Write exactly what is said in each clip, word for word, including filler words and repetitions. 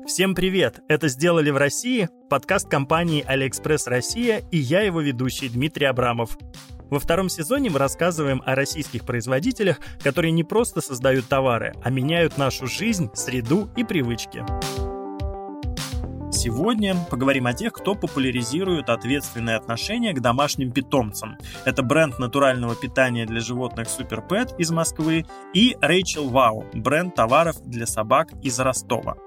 Всем привет! Это «Сделали в России» — подкаст компании AliExpress Россия, и я его ведущий Дмитрий Абрамов. Во втором сезоне мы рассказываем о российских производителях, которые не просто создают товары, а меняют нашу жизнь, среду и привычки. Сегодня поговорим о тех, кто популяризирует ответственное отношение к домашним питомцам. Это бренд натурального питания для животных Super Pet из Москвы и Rachel Wow, бренд товаров для собак из Ростова.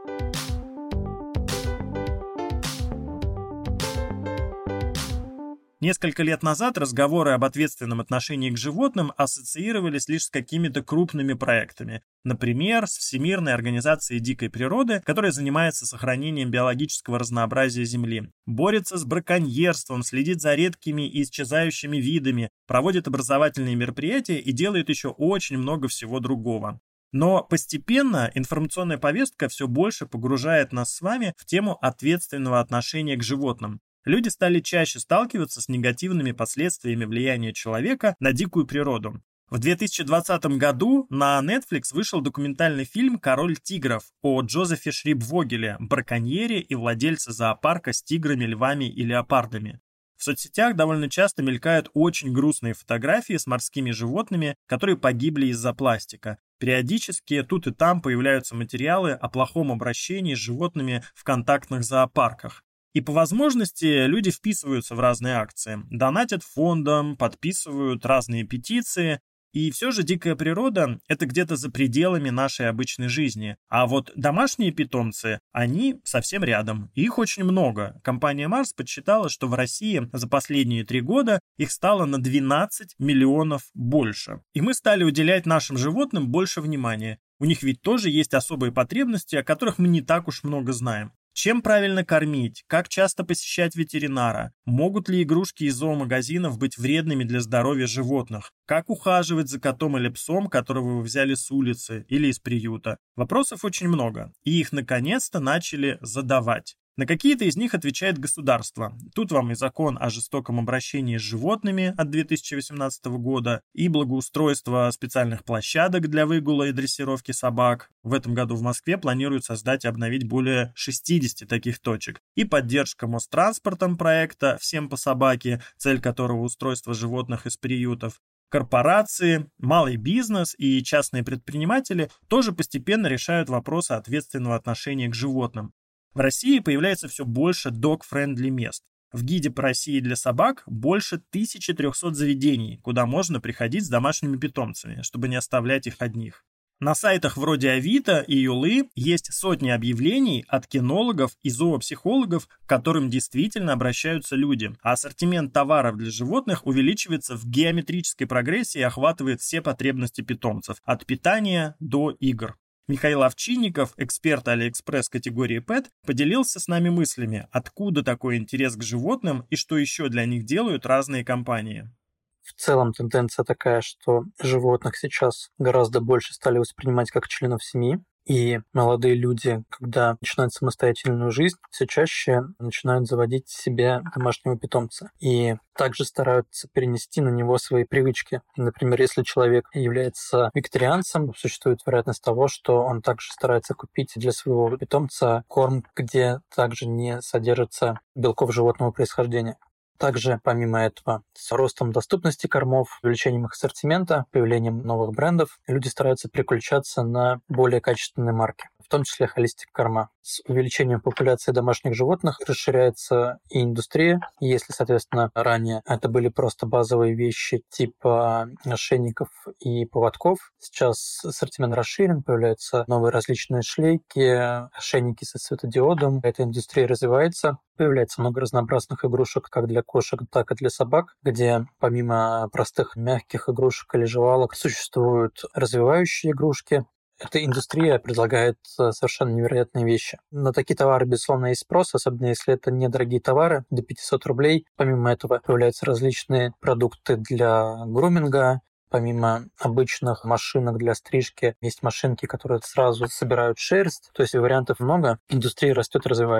Несколько лет назад разговоры об ответственном отношении к животным ассоциировались лишь с какими-то крупными проектами. Например, с Всемирной организацией дикой природы, которая занимается сохранением биологического разнообразия Земли, борется с браконьерством, следит за редкими и исчезающими видами, проводит образовательные мероприятия и делает еще очень много всего другого. Но постепенно информационная повестка все больше погружает нас с вами в тему ответственного отношения к животным. Люди стали чаще сталкиваться с негативными последствиями влияния человека на дикую природу. В две тысячи двадцатом году на Netflix вышел документальный фильм «Король тигров» о Джозефе Шрибвогеле, браконьере и владельце зоопарка с тиграми, львами и леопардами. В соцсетях довольно часто мелькают очень грустные фотографии с морскими животными, которые погибли из-за пластика. Периодически тут и там появляются материалы о плохом обращении с животными в контактных зоопарках. И по возможности люди вписываются в разные акции, донатят фондам, подписывают разные петиции. И все же дикая природа – это где-то за пределами нашей обычной жизни. А вот домашние питомцы, они совсем рядом. Их очень много. Компания Марс подсчитала, что в России за последние три года их стало на двенадцать миллионов больше. И мы стали уделять нашим животным больше внимания. У них ведь тоже есть особые потребности, о которых мы не так уж много знаем. Чем правильно кормить? Как часто посещать ветеринара? Могут ли игрушки из зоомагазинов быть вредными для здоровья животных? Как ухаживать за котом или псом, которого вы взяли с улицы или из приюта? Вопросов очень много, и их наконец-то начали задавать. На какие-то из них отвечает государство. Тут вам и закон о жестоком обращении с животными от две тысячи восемнадцатого года, и благоустройство специальных площадок для выгула и дрессировки собак. В этом году в Москве планируют создать и обновить более шестидесяти таких точек. И поддержка Мостранспортом проекта «Всем по собаке», цель которого устройство животных из приютов. Корпорации, малый бизнес и частные предприниматели тоже постепенно решают вопросы ответственного отношения к животным. В России появляется все больше dog-friendly мест. В гиде по России для собак больше тысячи трехсот заведений, куда можно приходить с домашними питомцами, чтобы не оставлять их одних. На сайтах вроде Авито и Юлы есть сотни объявлений от кинологов и зоопсихологов, к которым действительно обращаются люди, а ассортимент товаров для животных увеличивается в геометрической прогрессии и охватывает все потребности питомцев, от питания до игр. Михаил Овчинников, эксперт AliExpress категории Pet, поделился с нами мыслями, откуда такой интерес к животным и что еще для них делают разные компании. В целом тенденция такая, что животных сейчас гораздо больше стали воспринимать как членов семьи. И молодые люди, когда начинают самостоятельную жизнь, все чаще начинают заводить себе домашнего питомца. И также стараются перенести на него свои привычки. Например, если человек является вегетарианцем, существует вероятность того, что он также старается купить для своего питомца корм, где также не содержится белков животного происхождения. Также, помимо этого, с ростом доступности кормов, увеличением их ассортимента, появлением новых брендов, люди стараются переключаться на более качественные марки, в том числе холистик корма. С увеличением популяции домашних животных расширяется и индустрия. Если, соответственно, ранее это были просто базовые вещи типа ошейников и поводков, сейчас ассортимент расширен, появляются новые различные шлейки, ошейники со светодиодом. Эта индустрия развивается. Появляется много разнообразных игрушек как для кошек, так и для собак, где помимо простых мягких игрушек или жевалок существуют развивающие игрушки. Эта индустрия предлагает совершенно невероятные вещи. На такие товары, безусловно, есть спрос, особенно если это недорогие товары, до пятьсот рублей. Помимо этого появляются различные продукты для груминга. Помимо обычных машинок для стрижки, есть машинки, которые сразу собирают шерсть. То есть вариантов много. Индустрия растет и развивается.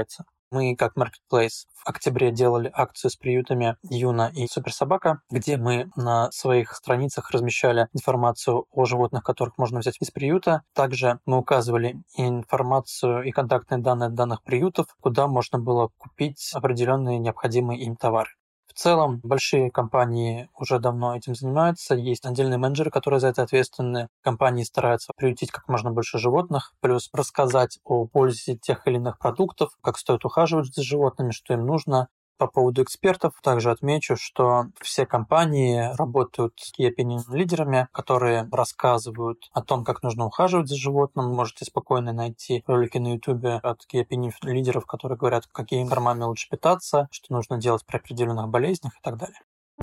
Мы, как Marketplace, в октябре делали акцию с приютами Юна и Суперсобака, где мы на своих страницах размещали информацию о животных, которых можно взять из приюта. Также мы указывали информацию и контактные данные данных приютов, куда можно было купить определенные необходимые им товары. В целом, большие компании уже давно этим занимаются. Есть отдельные менеджеры, которые за это ответственны. Компании стараются приютить как можно больше животных, плюс рассказать о пользе тех или иных продуктов, как стоит ухаживать за животными, что им нужно. По поводу экспертов также отмечу, что все компании работают с key opinion лидерами, которые рассказывают о том, как нужно ухаживать за животным. Можете спокойно найти ролики на YouTube от key opinion лидеров, которые говорят, какими кормами лучше питаться, что нужно делать при определенных болезнях и так далее.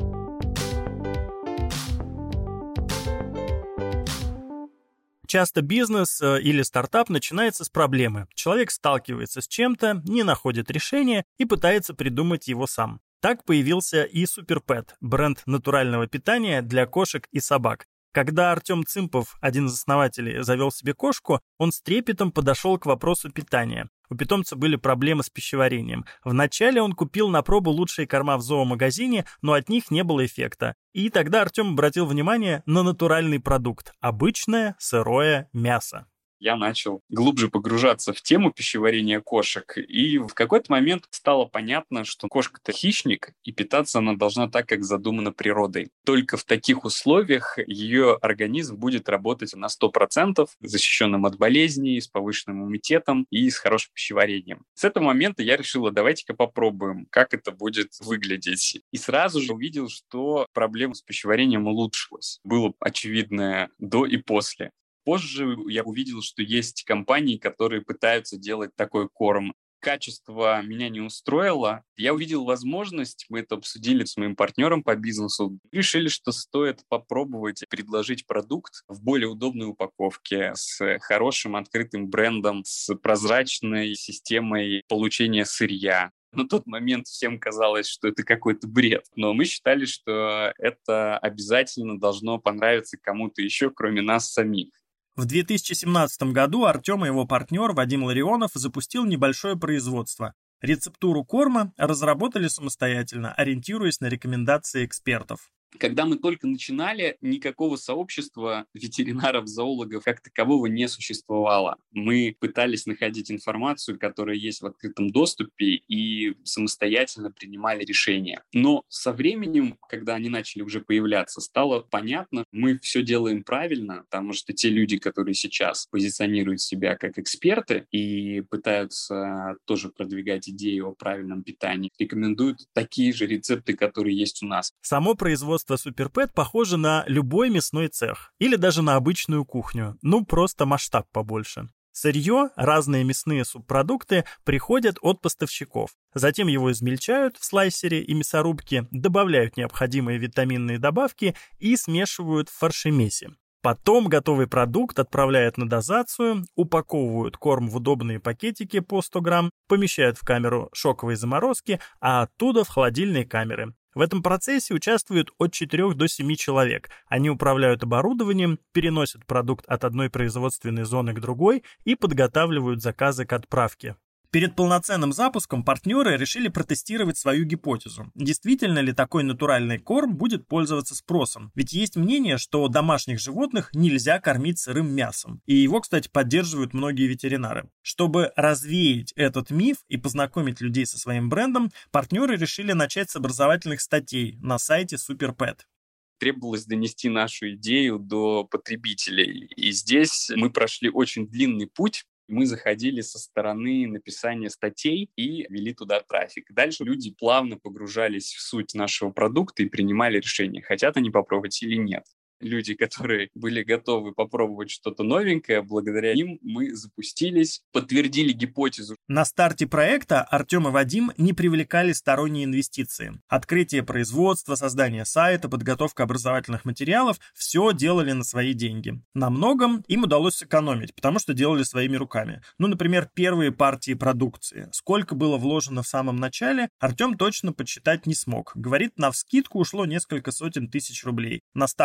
Часто бизнес или стартап начинается с проблемы. Человек сталкивается с чем-то, не находит решения и пытается придумать его сам. Так появился и Суперпэт, бренд натурального питания для кошек и собак. Когда Артем Цымпов, один из основателей, завел себе кошку, он с трепетом подошел к вопросу питания. У питомца были проблемы с пищеварением. Вначале он купил на пробу лучшие корма в зоомагазине, но от них не было эффекта. И тогда Артем обратил внимание на натуральный продукт – обычное сырое мясо. Я начал глубже погружаться в тему пищеварения кошек, и в какой-то момент стало понятно, что кошка-то хищник, и питаться она должна так, как задумано природой. Только в таких условиях ее организм будет работать на сто процентов, защищенным от болезней, с повышенным иммунитетом и с хорошим пищеварением. С этого момента я решила, давайте-ка попробуем, как это будет выглядеть. И сразу же увидел, что проблема с пищеварением улучшилась. Было очевидное до и после. Позже я увидел, что есть компании, которые пытаются делать такой корм. Качество меня не устроило. Я увидел возможность, мы это обсудили с моим партнером по бизнесу, решили, что стоит попробовать предложить продукт в более удобной упаковке, с хорошим открытым брендом, с прозрачной системой получения сырья. На тот момент всем казалось, что это какой-то бред, но мы считали, что это обязательно должно понравиться кому-то еще, кроме нас самих. В две тысячи семнадцатом году Артем и его партнер Вадим Ларионов запустил небольшое производство. Рецептуру корма разработали самостоятельно, ориентируясь на рекомендации экспертов. Когда мы только начинали, никакого сообщества ветеринаров-зоологов как такового не существовало. Мы пытались находить информацию, которая есть в открытом доступе, и самостоятельно принимали решения. Но со временем, когда они начали уже появляться, стало понятно, мы все делаем правильно, потому что те люди, которые сейчас позиционируют себя как эксперты и пытаются тоже продвигать идею о правильном питании, рекомендуют такие же рецепты, которые есть у нас. Само производство Суперпэт похоже на любой мясной цех или даже на обычную кухню, ну просто масштаб побольше. Сырье, разные мясные субпродукты приходят от поставщиков. Затем его измельчают в слайсере и мясорубке, добавляют необходимые витаминные добавки и смешивают в фаршемесе. Потом готовый продукт отправляют на дозацию, упаковывают корм в удобные пакетики по сто грамм, помещают в камеру шоковой заморозки, а оттуда в холодильные камеры. В этом процессе участвуют от четырёх до семи человек. Они управляют оборудованием, переносят продукт от одной производственной зоны к другой и подготавливают заказы к отправке. Перед полноценным запуском партнеры решили протестировать свою гипотезу. Действительно ли такой натуральный корм будет пользоваться спросом? Ведь есть мнение, что домашних животных нельзя кормить сырым мясом. И его, кстати, поддерживают многие ветеринары. Чтобы развеять этот миф и познакомить людей со своим брендом, партнеры решили начать с образовательных статей на сайте Суперпэт. Требовалось донести нашу идею до потребителей. И здесь мы прошли очень длинный путь. Мы заходили со стороны написания статей и вели туда трафик. Дальше люди плавно погружались в суть нашего продукта и принимали решение, хотят они попробовать или нет. Люди, которые были готовы попробовать что-то новенькое, благодаря им мы запустились, подтвердили гипотезу. На старте проекта Артем и Вадим не привлекали сторонние инвестиции. Открытие производства, создание сайта, подготовка образовательных материалов – все делали на свои деньги. На многом им удалось сэкономить, потому что делали своими руками. Ну, например, первые партии продукции. Сколько было вложено в самом начале, Артем точно подсчитать не смог. Говорит, навскидку ушло несколько сотен тысяч рублей на стартовое оборудование,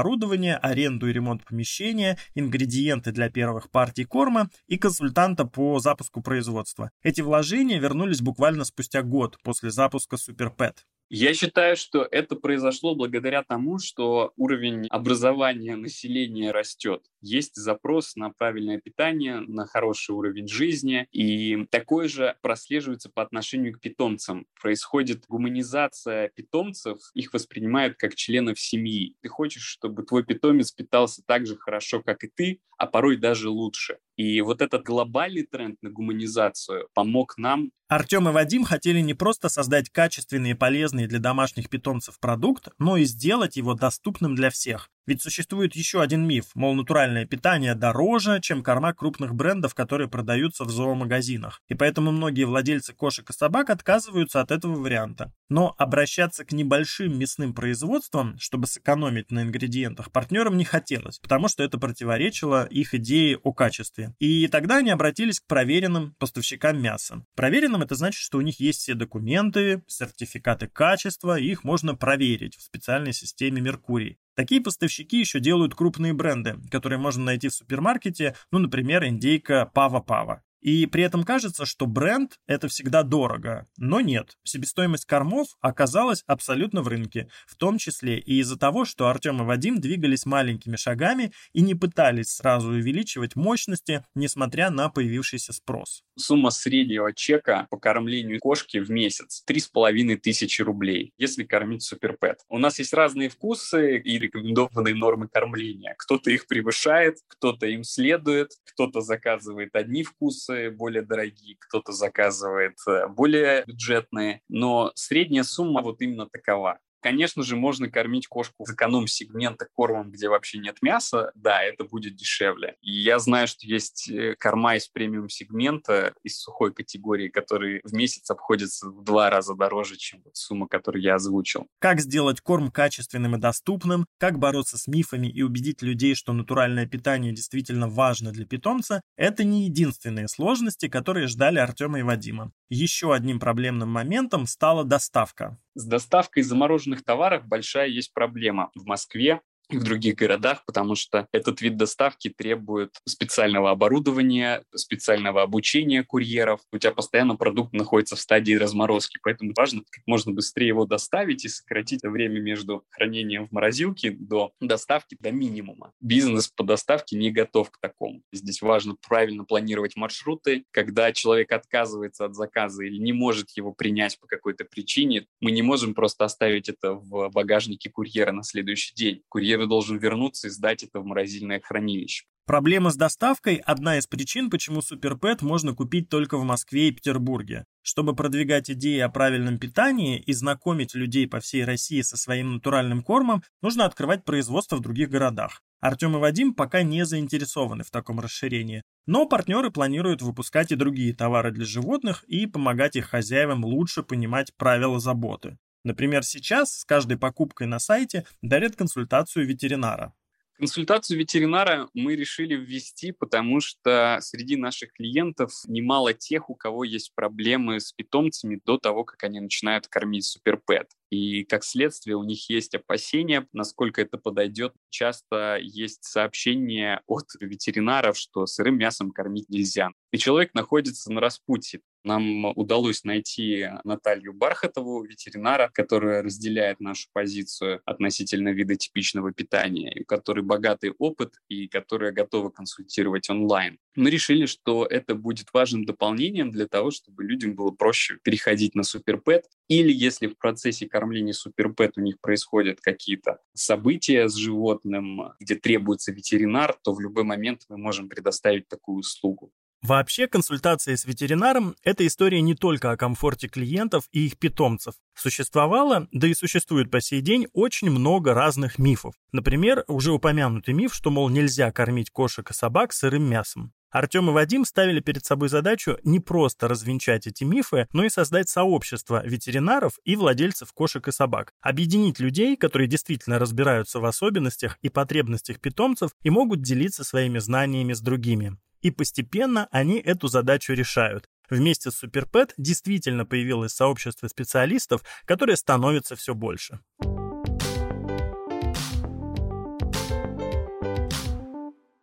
оборудование, аренду и ремонт помещения, ингредиенты для первых партий корма и консультанта по запуску производства. Эти вложения вернулись буквально спустя год после запуска Суперпэт. Я считаю, что это произошло благодаря тому, что уровень образования населения растет. Есть запрос на правильное питание, на хороший уровень жизни, и такое же прослеживается по отношению к питомцам. Происходит гуманизация питомцев, их воспринимают как членов семьи. Ты хочешь, чтобы твой питомец питался так же хорошо, как и ты, а порой даже лучше. И вот этот глобальный тренд на гуманизацию помог нам. Артем и Вадим хотели не просто создать качественный и полезный для домашних питомцев продукт, но и сделать его доступным для всех. Ведь существует еще один миф, мол, натуральное питание дороже, чем корма крупных брендов, которые продаются в зоомагазинах. И поэтому многие владельцы кошек и собак отказываются от этого варианта. Но обращаться к небольшим мясным производствам, чтобы сэкономить на ингредиентах, партнерам не хотелось, потому что это противоречило их идее о качестве. И тогда они обратились к проверенным поставщикам мяса. Проверенным это значит, что у них есть все документы, сертификаты качества, и их можно проверить в специальной системе Меркурий. Такие поставщики еще делают крупные бренды, которые можно найти в супермаркете, ну, например, индейка Пава-Пава. И при этом кажется, что бренд – это всегда дорого. Но нет, себестоимость кормов оказалась абсолютно в рынке, в том числе и из-за того, что Артем и Вадим двигались маленькими шагами и не пытались сразу увеличивать мощности, несмотря на появившийся спрос. Сумма среднего чека по кормлению кошки в месяц – три с половиной тысячи рублей, если кормить Суперпэт. У нас есть разные вкусы и рекомендованные нормы кормления. Кто-то их превышает, кто-то им следует, кто-то заказывает одни вкусы, более дорогие, кто-то заказывает более бюджетные, но средняя сумма вот именно такова. Конечно же, можно кормить кошку из эконом-сегмента кормом, где вообще нет мяса. Да, это будет дешевле. И я знаю, что есть корма из премиум-сегмента, из сухой категории, которые в месяц обходятся в два раза дороже, чем вот сумма, которую я озвучил. Как сделать корм качественным и доступным, как бороться с мифами и убедить людей, что натуральное питание действительно важно для питомца, это не единственные сложности, которые ждали Артема и Вадима. Еще одним проблемным моментом стала доставка. С доставкой замороженных товаров большая есть проблема в Москве и в других городах, потому что этот вид доставки требует специального оборудования, специального обучения курьеров. У тебя постоянно продукт находится в стадии разморозки, поэтому важно как можно быстрее его доставить и сократить время между хранением в морозилке до доставки до минимума. Бизнес по доставке не готов к такому. Здесь важно правильно планировать маршруты. Когда человек отказывается от заказа или не может его принять по какой-то причине, мы не можем просто оставить это в багажнике курьера на следующий день. Курьер должен вернуться и сдать это в морозильное хранилище. Проблема с доставкой – одна из причин, почему Суперпэт можно купить только в Москве и Петербурге. Чтобы продвигать идеи о правильном питании и знакомить людей по всей России со своим натуральным кормом, нужно открывать производство в других городах. Артем и Вадим пока не заинтересованы в таком расширении, но партнеры планируют выпускать и другие товары для животных и помогать их хозяевам лучше понимать правила заботы. Например, сейчас с каждой покупкой на сайте дарят консультацию ветеринара. Консультацию ветеринара мы решили ввести, потому что среди наших клиентов немало тех, у кого есть проблемы с питомцами до того, как они начинают кормить Суперпэт. И, как следствие, у них есть опасения, насколько это подойдет. Часто есть сообщения от ветеринаров, что сырым мясом кормить нельзя. И человек находится на распутье. Нам удалось найти Наталью Бархатову, ветеринара, которая разделяет нашу позицию относительно вида типичного питания, у которой богатый опыт и которая готова консультировать онлайн. Мы решили, что это будет важным дополнением для того, чтобы людям было проще переходить на Суперпэт. Или если в процессе кормления Суперпэт у них происходят какие-то события с животным, где требуется ветеринар, то в любой момент мы можем предоставить такую услугу. Вообще, консультация с ветеринаром – это история не только о комфорте клиентов и их питомцев. Существовало, да и существует по сей день, очень много разных мифов. Например, уже упомянутый миф, что, мол, нельзя кормить кошек и собак сырым мясом. Артем и Вадим ставили перед собой задачу не просто развенчать эти мифы, но и создать сообщество ветеринаров и владельцев кошек и собак. Объединить людей, которые действительно разбираются в особенностях и потребностях питомцев и могут делиться своими знаниями с другими. И постепенно они эту задачу решают. Вместе с Суперпэт действительно появилось сообщество специалистов, которое становится все больше.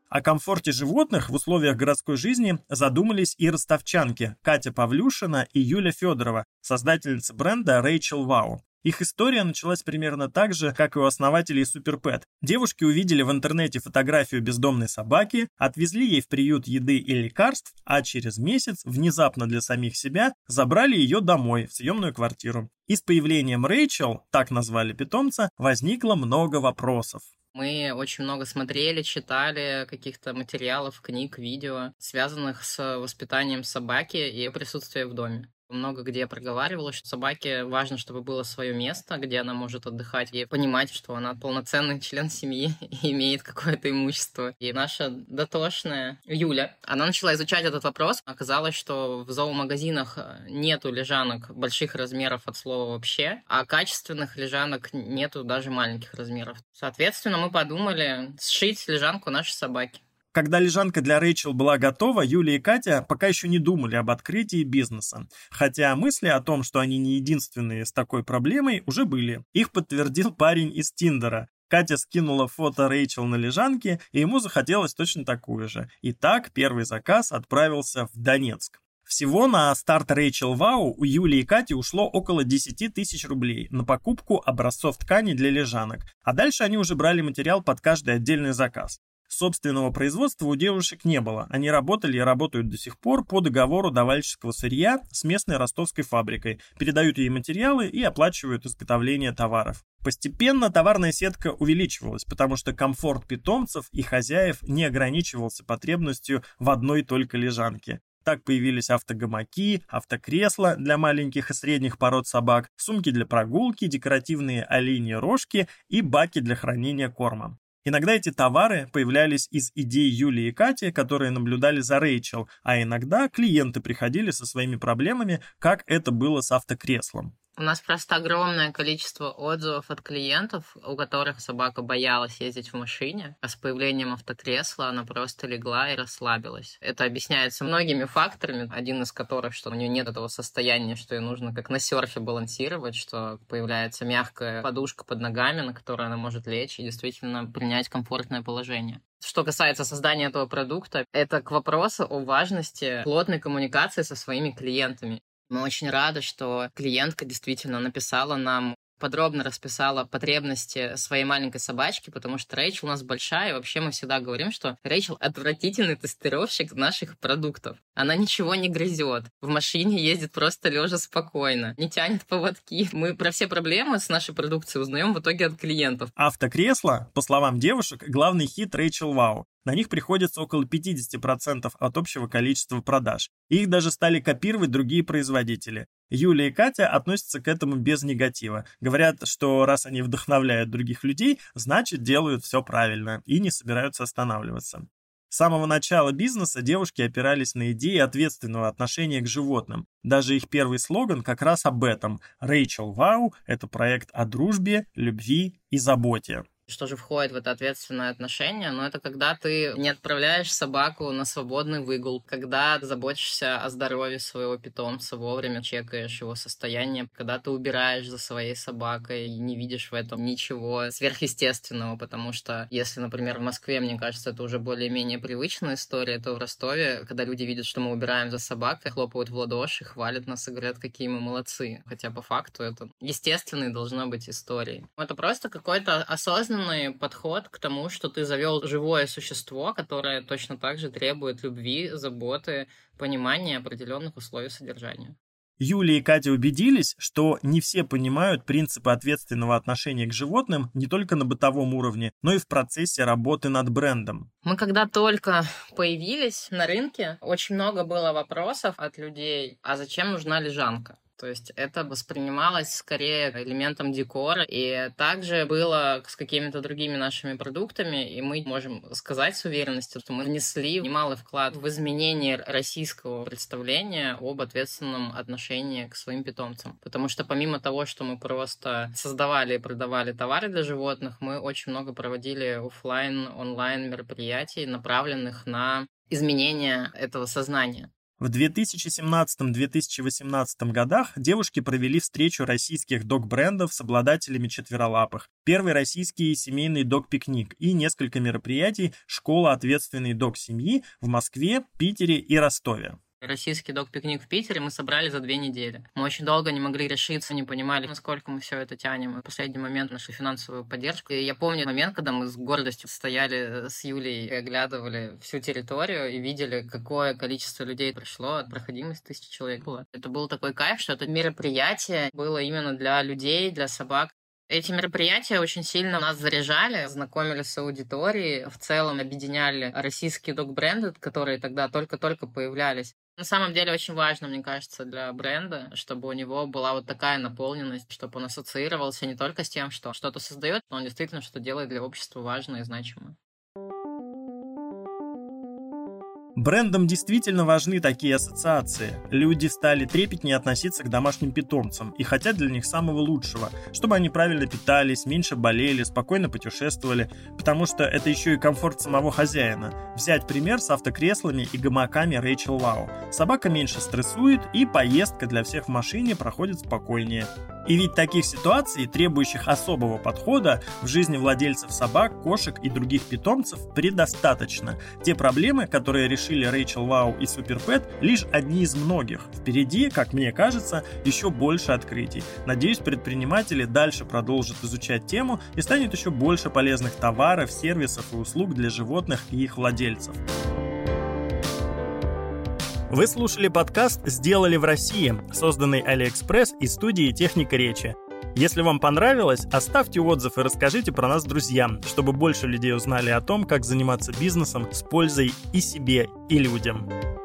О комфорте животных в условиях городской жизни задумались и ростовчанки Катя Павлюшина и Юля Федорова, создательницы бренда Rachel Wow. Их история началась примерно так же, как и у основателей Суперпэт. Девушки увидели в интернете фотографию бездомной собаки, отвезли ей в приют еды и лекарств, а через месяц, внезапно для самих себя, забрали ее домой, в съемную квартиру. И с появлением Рэйчел, так назвали питомца, возникло много вопросов. Мы очень много смотрели, читали каких-то материалов, книг, видео, связанных с воспитанием собаки и присутствием в доме. Много где проговаривалось, что собаке важно, чтобы было свое место, где она может отдыхать и понимать, что она полноценный член семьи и имеет какое-то имущество. И наша дотошная Юля, она начала изучать этот вопрос. Оказалось, что в зоомагазинах нету лежанок больших размеров от слова вообще, а качественных лежанок нету даже маленьких размеров. Соответственно, мы подумали сшить лежанку нашей собаки. Когда лежанка для Рэйчел была готова, Юля и Катя пока еще не думали об открытии бизнеса. Хотя мысли о том, что они не единственные с такой проблемой, уже были. Их подтвердил парень из Тиндера. Катя скинула фото Рэйчел на лежанке, и ему захотелось точно такую же. И так первый заказ отправился в Донецк. Всего на старт Rachel Wow у Юли и Кати ушло около десять тысяч рублей на покупку образцов ткани для лежанок, а дальше они уже брали материал под каждый отдельный заказ. Собственного производства у девушек не было, они работали и работают до сих пор по договору давальческого сырья с местной ростовской фабрикой, передают ей материалы и оплачивают изготовление товаров. Постепенно товарная сетка увеличивалась, потому что комфорт питомцев и хозяев не ограничивался потребностью в одной только лежанке. Так появились автогамаки, автокресла для маленьких и средних пород собак, сумки для прогулки, декоративные оленьи рожки и баки для хранения корма. Иногда эти товары появлялись из идей Юли и Кати, которые наблюдали за Рэйчел, а иногда клиенты приходили со своими проблемами, как это было с автокреслом. У нас просто огромное количество отзывов от клиентов, у которых собака боялась ездить в машине, а с появлением автокресла она просто легла и расслабилась. Это объясняется многими факторами, один из которых, что у нее нет этого состояния, что ей нужно как на серфе балансировать, что появляется мягкая подушка под ногами, на которой она может лечь и действительно принять комфортное положение. Что касается создания этого продукта, это к вопросу о важности плотной коммуникации со своими клиентами. Мы очень рады, что клиентка действительно написала нам, подробно расписала потребности своей маленькой собачки, потому что Рэйчел у нас большая, и вообще мы всегда говорим, что Рэйчел отвратительный тестировщик наших продуктов. Она ничего не грызет, в машине ездит просто лежа спокойно, не тянет поводки. Мы про все проблемы с нашей продукцией узнаем в итоге от клиентов. Автокресла, по словам девушек, главный хит Rachel Wow. На них приходится около пятьдесят процентов от общего количества продаж. Их даже стали копировать другие производители. Юля и Катя относятся к этому без негатива. Говорят, что раз они вдохновляют других людей, значит делают все правильно и не собираются останавливаться. С самого начала бизнеса девушки опирались на идеи ответственного отношения к животным. Даже их первый слоган как раз об этом. Rachel Wow – это проект о дружбе, любви и заботе. Что же входит в это ответственное отношение? Ну, это когда ты не отправляешь собаку на свободный выгул, когда заботишься о здоровье своего питомца, вовремя чекаешь его состояние, когда ты убираешь за своей собакой и не видишь в этом ничего сверхъестественного, потому что если, например, в Москве, мне кажется, это уже более-менее привычная история, то в Ростове, когда люди видят, что мы убираем за собакой, хлопают в ладоши, хвалят нас и говорят, какие мы молодцы. Хотя по факту это естественной должно быть историей. Это просто какой-то осознанный подход к тому, что ты завел живое существо, которое точно так же требует любви, заботы, понимания определенных условий содержания. Юлия и Катя убедились, что не все понимают принципы ответственного отношения к животным не только на бытовом уровне, но и в процессе работы над брендом. Мы когда только появились на рынке, очень много было вопросов от людей, а зачем нужна лежанка? То есть это воспринималось скорее элементом декора. И также было с какими-то другими нашими продуктами. И мы можем сказать с уверенностью, что мы внесли немалый вклад в изменение российского представления об ответственном отношении к своим питомцам. Потому что помимо того, что мы просто создавали и продавали товары для животных, мы очень много проводили офлайн, онлайн мероприятий, направленных на изменение этого сознания. В две тысячи семнадцатом — две тысячи восемнадцатом годах девушки провели встречу российских дог-брендов с обладателями четверолапых, первый российский семейный дог-пикник и несколько мероприятий «Школа ответственной дог-семьи» в Москве, Питере и Ростове. Российский дог-пикник в Питере мы собрали за две недели. Мы очень долго не могли решиться, не понимали, насколько мы все это тянем. И в последний момент нашли финансовую поддержку. И я помню момент, когда мы с гордостью стояли с Юлей и оглядывали всю территорию и видели, какое количество людей пришло. Проходимость тысячи человек было. Это был такой кайф, что это мероприятие было именно для людей, для собак. Эти мероприятия очень сильно нас заряжали, знакомили с аудиторией, в целом объединяли российские дог-бренды, которые тогда только-только появлялись. На самом деле очень важно, мне кажется, для бренда, чтобы у него была вот такая наполненность, чтобы он ассоциировался не только с тем, что что-то создает, но он действительно что-то делает для общества важное и значимое. Брендам действительно важны такие ассоциации. Люди стали трепетнее относиться к домашним питомцам и хотят для них самого лучшего, чтобы они правильно питались, меньше болели, спокойно путешествовали, потому что это еще и комфорт самого хозяина. Взять пример с автокреслами и гамаками Рэйчел Вау. Собака меньше стрессует, и поездка для всех в машине проходит спокойнее. И ведь таких ситуаций, требующих особого подхода, в жизни владельцев собак, кошек и других питомцев предостаточно. Те проблемы, которые решили Рэйчел Вау и Суперпэт, лишь одни из многих. Впереди, как мне кажется, еще больше открытий. Надеюсь, предприниматели дальше продолжат изучать тему и станет еще больше полезных товаров, сервисов и услуг для животных и их владельцев. Вы слушали подкаст «Сделали в России», созданный AliExpress и студией «Техника речи». Если вам понравилось, оставьте отзыв и расскажите про нас друзьям, чтобы больше людей узнали о том, как заниматься бизнесом с пользой и себе, и людям.